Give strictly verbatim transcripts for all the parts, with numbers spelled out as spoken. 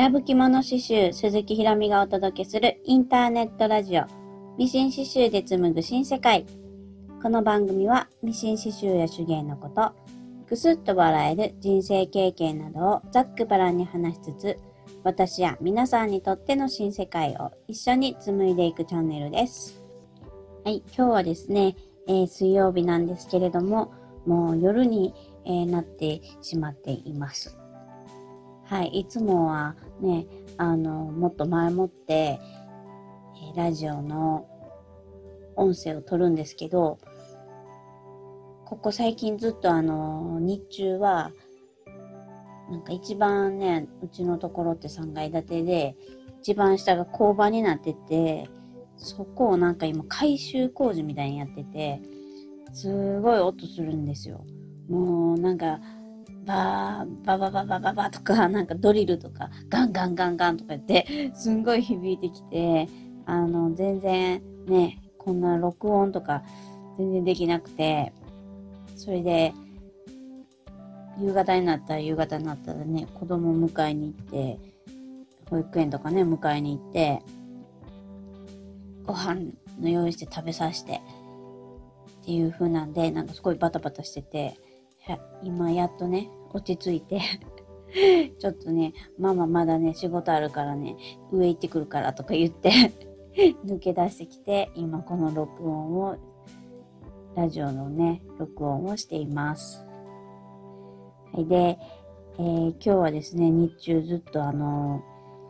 ラブ着物刺繍鈴木ひろみがお届けするインターネットラジオミシン刺繍で紡ぐ新世界。この番組はミシン刺繍や手芸のこと、くすっと笑える人生経験などをざっくばらんに話しつつ、私や皆さんにとっての新世界を一緒に紡いでいくチャンネルです。はい、今日はですね、えー、水曜日なんですけれども、もう夜に、えー、なってしまっています。はい、いつもはね、あの、もっと前もって、えー、ラジオの音声を撮るんですけど、ここ最近ずっとあの、日中は、なんか一番ね、うちのところってさんがい建てで、一番下が工場になってて、そこをなんか今改修工事みたいにやってて、すごい音するんですよ。もうなんか、バー、ババババババとか、なんかドリルとか、ガンガンガンガンとか言って、すんごい響いてきて、あの、全然ね、こんな録音とか全然できなくて、それで、夕方になったら夕方になったらね、子供迎えに行って、保育園とかね、迎えに行って、ご飯の用意して食べさせて、っていう風なんで、なんかすごいバタバタしてて、今やっとね、落ち着いて、ちょっとね、ママまだね、仕事あるからね、上行ってくるからとか言って、抜け出してきて、今この録音を、ラジオのね、録音をしています。はい、で、えー、今日はですね、日中ずっとあの、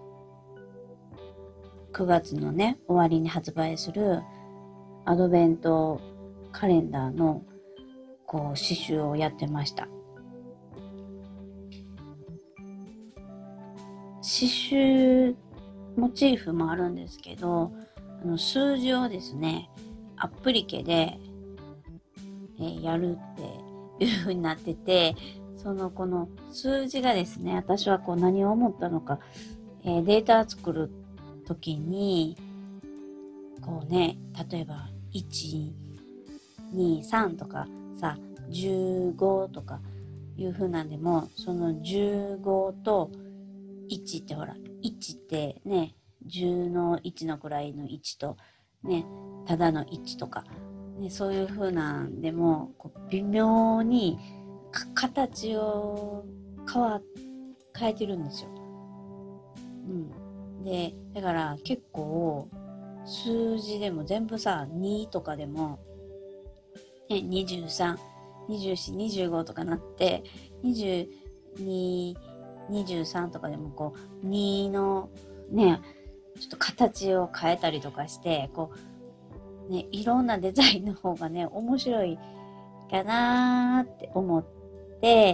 くがつのね、終わりに発売するアドベントカレンダーのこう刺繍をやってました。刺繍モチーフもあるんですけど、あの数字をですね、アプリケで、えー、やるっていう風になってて、そのこの数字がですね、私はこう何を思ったのか、えー、データ作るときに、こうね、例えばいち、に、さんとかさ、じゅうごとかいう風なんでも、そのじゅうごといちってほら、いちってね、じゅうのいちの位のいちと、ね、ただのいちとか、ね、そういう風なんでも、こう微妙に形を変わ、変えてるんですよ。うん。で、だから結構、数字でも全部さ、にとかでも、ね、にじゅうさん、にじゅうよん、にじゅうごとかなって、にじゅうに、にじゅうさんとかでもこう、にのね、ちょっと形を変えたりとかして、こう、ね、いろんなデザインの方がね、面白いかなーって思って、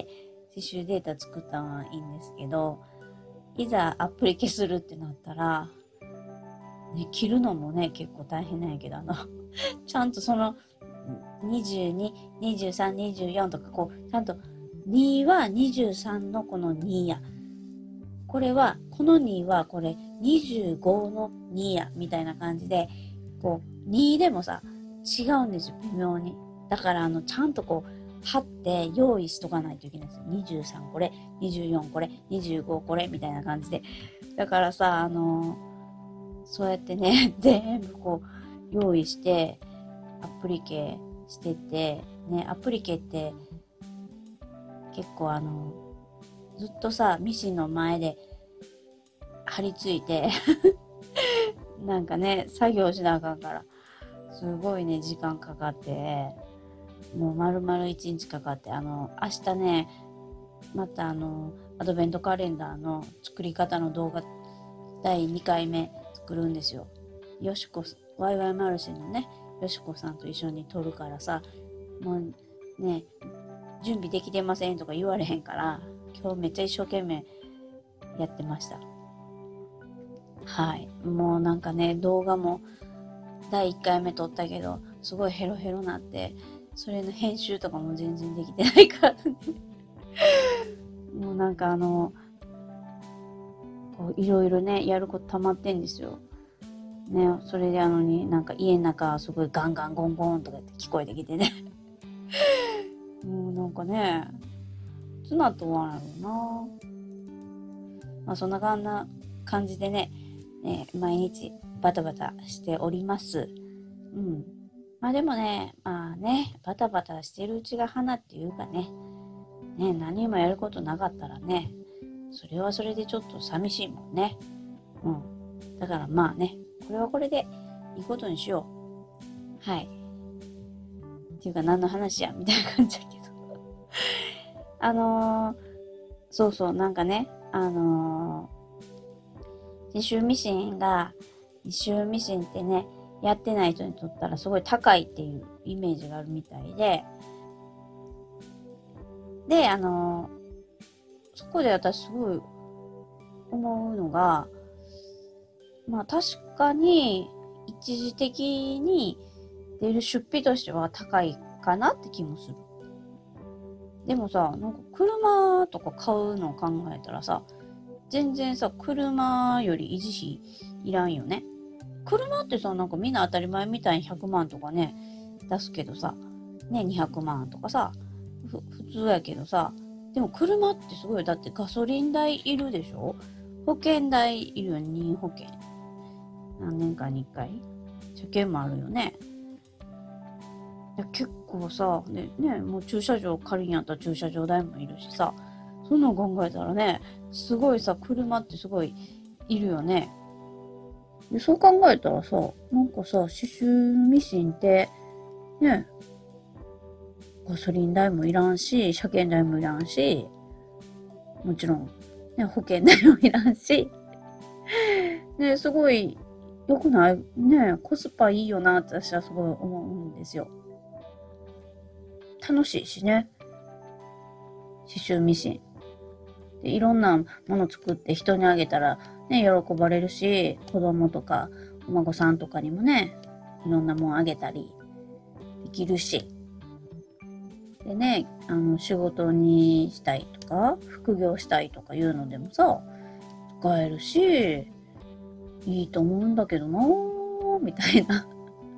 刺繍データ作ったのはいいんですけど、いざアプリケするってなったら、ね、着るのもね、結構大変なんやけど、あの、ちゃんとその、にじゅうに、にじゅうさん、にじゅうよんとか、こう、ちゃんと、にはにじゅうさんのこのにや。これは、このにはこれにじゅうごのにや、みたいな感じで、こう、にでもさ、違うんですよ、微妙に。だから、あの、ちゃんとこう、貼って用意しとかないといけないんですよ。にじゅうさんこれ、にじゅうよんこれ、にじゅうごこれ、みたいな感じで。だからさ、あの、そうやってね、全部こう、用意して、アプリケしてて、ね、アプリケって結構あの、ずっとさ、ミシンの前で張り付いてなんかね、作業しなあかんから、すごいね、時間かかって、もう丸々一日かかって、あの、明日ね、またあの、アドベントカレンダーの作り方の動画、だいにかいめ作るんですよ。よしこ、ワイワイマルシェのね、よしこさんと一緒に撮るからさ、もうね、準備できてませんとか言われへんから、今日めっちゃ一生懸命やってました。はい。もうなんかね、動画もだいいっかいめ撮ったけど、すごいヘロヘロなって、それの編集とかも全然できてないからね。もうなんかあの、こういろいろね、やること溜まってんですよ。ね、それであのになんか家の中すごいガンガンゴンゴンとかって聞こえてきてね。もうなんかね、いつなと終わるのな。 まあそんな感じでね、ね毎日バタバタしております。うん。まあでもね、まあね、バタバタしてるうちが花っていうかね、ね、何もやることなかったらね、それはそれでちょっと寂しいもんね。うん。だからまあね、これはこれでいいことにしよう。はい。っていうか何の話やみたいな感じだけど。あのー、そうそう、なんかね、あのー、刺繍ミシンが、刺繍ミシンってね、やってない人にとったらすごい高いっていうイメージがあるみたいで、で、あのー、そこで私すごい思うのが、まあ確かに一時的に出る出費としては高いかなって気もする。でもさ、なんか車とか買うのを考えたらさ、全然さ、車より維持費いらんよね。車ってさ、なんかみんな当たり前みたいにひゃくまんとかね、出すけどさ、ね、にひゃくまんとかさ、ふ普通やけどさ、でも車ってすごい、だってガソリン代いるでしょ？保険代いるよ、任意保険。何年かにいっかい車検もあるよね。いや結構さ、ね、ね、もう駐車場借りんやったら駐車場代もいるしさ、そんなの考えたらね、すごいさ、車ってすごいいるよね。で、そう考えたらさ、なんかさ、刺繍ミシンって、ね、ガソリン代もいらんし、車検代もいらんし、もちろん、ね、保険代もいらんし、ね、すごい良くないね、コスパいいよなって私はすごい思うんですよ。楽しいしね、刺繍ミシン。でいろんなもの作って人にあげたらね、喜ばれるし、子供とかお孫さんとかにもね、いろんなもんあげたりできるし。でね、あの、仕事にしたいとか、副業したいとかいうのでもさ、使えるし、いいと思うんだけどなぁ、みたいな。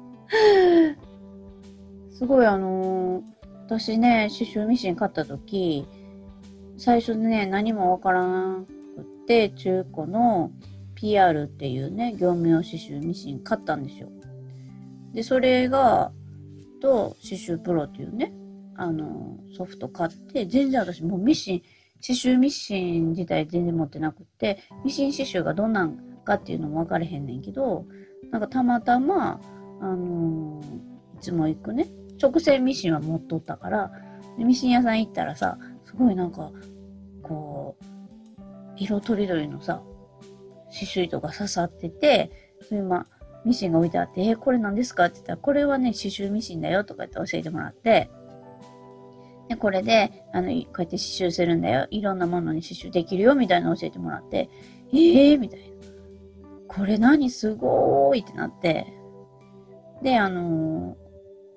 すごいあのー、私ね、刺繍ミシン買った時、最初ね、何もわからなくって、中古の ピーアール っていうね、業務用刺繍ミシン買ったんですよ。で、それが、と、刺繍プロっていうね、あの、ソフト買って、全然私もうミシン、刺繍ミシン自体全然持ってなくって、ミシン刺繍がどんなんかっていうのも分かれへんねんけど、なんかたまたま、あのー、いつも行くね、直線ミシンは持っとったから、ミシン屋さん行ったらさ、すごいなんか、こう、色とりどりのさ、刺繍糸が刺さってて、それまあ、ミシンが置いてあって、えー、これ何ですかって言ったら、これはね、刺繍ミシンだよとか言って教えてもらって、で、これで、あの、こうやって刺繍するんだよ。いろんなものに刺繍できるよ、みたいなの教えてもらって、ええー、みたいな。これ何すごーいってなって、で、あのー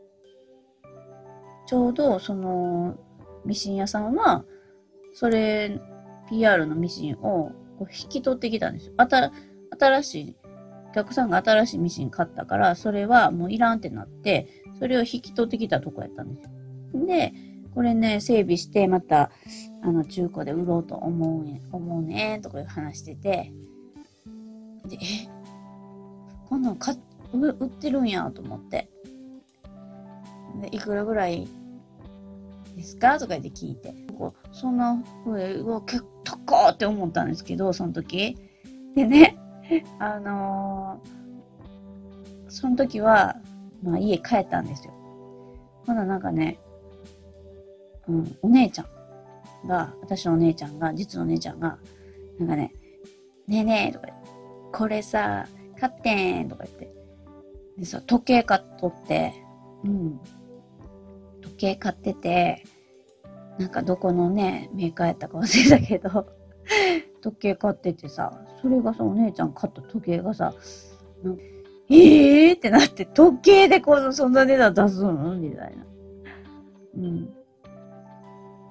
ちょうど、その、ミシン屋さんは、それ、ピーアール のミシンをこう引き取ってきたんですよ。あた、新しい、お客さんが新しいミシン買ったから、それはもういらんってなって、それを引き取ってきたとこやったんですよ。で、これね、整備して、また、あの、中古で売ろうと思うね、思うね、とかいう話してて、で、え、こんなん買っ、売売ってるんやと思って。で、いくらぐらいですかとか言って聞いて。こうそんな風に、うわ、結構高って思ったんですけど、その時。でね、あのーその時は、まあ家帰ったんですよ。まだなんかね、うん、お姉ちゃんが、私のお姉ちゃんが、実のお姉ちゃんが、なんかね、ねえねえとか言って、これさ、買ってんとか言って。でさ、時計買っとって、うん、時計買ってて、なんかどこのね、メーカーやったか忘れたけど、時計買っててさ、それがさ、お姉ちゃん買った時計がさ、なんかええーってなって、時計でこのそんな値段出すのみたいな。うん。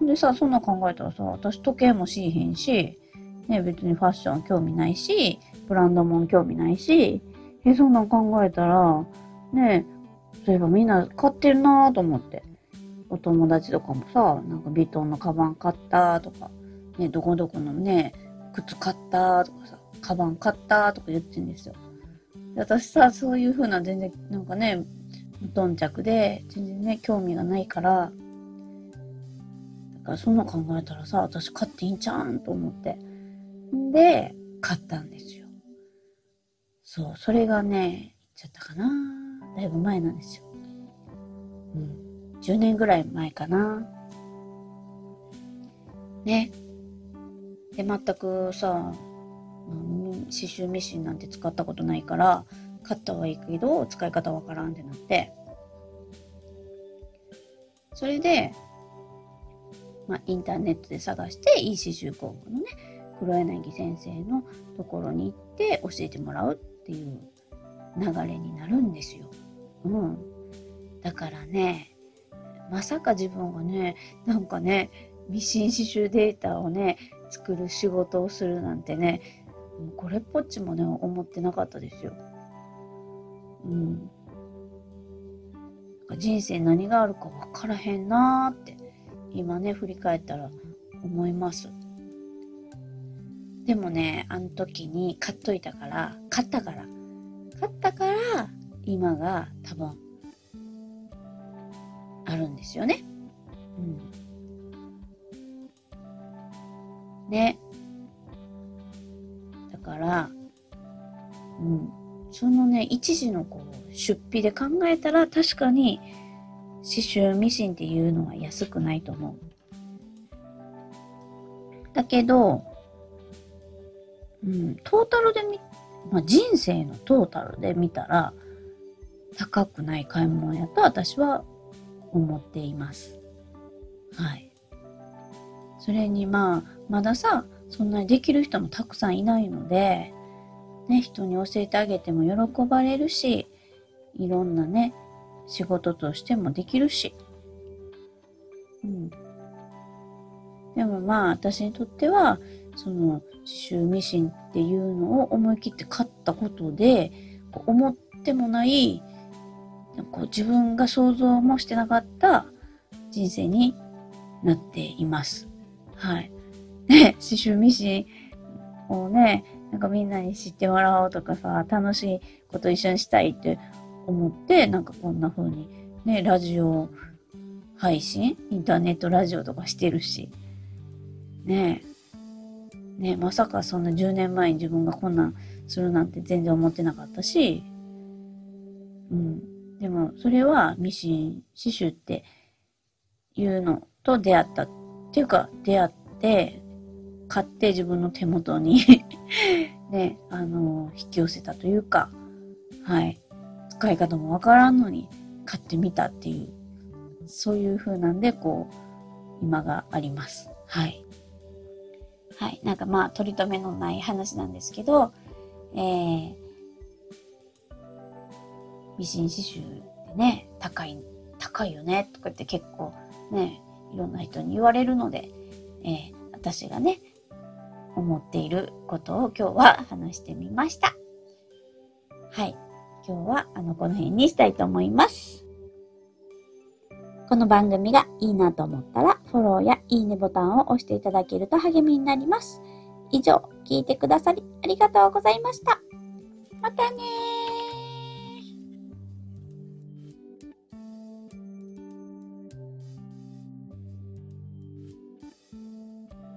でさ、そんな考えたらさ、私時計もしいへんし、ね、別にファッション興味ないし、ブランドもん興味ないし、え、そんなん考えたら、ね、そういえばみんな買ってるなぁと思って。お友達とかもさ、なんかビトンのカバン買ったとか、ね、どこどこのね、 靴買ったとかさ、カバン買ったとか言ってるんですよ。で私さ、そういう風な全然なんかね、無頓着で全然ね、興味がないから、だからそんな考えたらさ、私買っていいんちゃうんと思って。んで、買ったんですよ。そう、それがね、いっちゃったかな。だいぶ前なんですよ。うん。じゅうねんぐらい前かな。ね。で、全くさ、刺繍ミシンなんて使ったことないから、買ったはいいけど、使い方わからんってなって。それで、まあ、インターネットで探して、いい刺繍工房のね、黒柳先生のところに行って教えてもらうっていう流れになるんですよ。うん。だからね、まさか自分がね、なんかね、ミシン刺繍データをね、作る仕事をするなんてね、これっぽっちもね、思ってなかったですよ。うん。人生何があるか分からへんなーって、今ね、振り返ったら思います。でもね、あの時に買っといたから、買ったから、買ったから、今が多分、あるんですよね。うん。ね。だから、うん。そのね、一時のこう、出費で考えたら、確かに、刺繍ミシンっていうのは安くないと思う。だけど、うん、トータルで見、まあ、人生のトータルで見たら、高くない買い物やと私は思っています。はい。それにまあ、まださ、そんなにできる人もたくさんいないので、ね、人に教えてあげても喜ばれるし、いろんなね、仕事としてもできるし。うん。でもまあ、私にとっては、その、刺繍ミシンっていうのを思い切って買ったことで、こう思ってもない、こう自分が想像もしてなかった人生になっています。はい。ね、刺繍ミシンをね、なんかみんなに知ってもらおうとかさ、楽しいこと一緒にしたいって思って、なんかこんな風にね、ラジオ配信、インターネットラジオとかしてるし、ねえ、ねえ、まさかそんなじゅうねんまえに自分がこんなんするなんて全然思ってなかったし、うん。でも、それはミシン刺繍っていうのと出会ったっていうか、出会って、買って自分の手元にね、あの、引き寄せたというか、はい。使い方もわからんのに買ってみたっていう、そういう風なんで、こう、今があります。はい。はい。なんかまあ、取り留めのない話なんですけど、えー、ミシン刺繍ってね、高い、高いよね、とか言って結構ね、いろんな人に言われるので、えー、私がね、思っていることを今日は話してみました。はい。今日はあのこの辺にしたいと思います。この番組がいいなと思ったらフォローやいいねボタンを押していただけると励みになります。以上、聞いてくださりありがとうございました。またねー。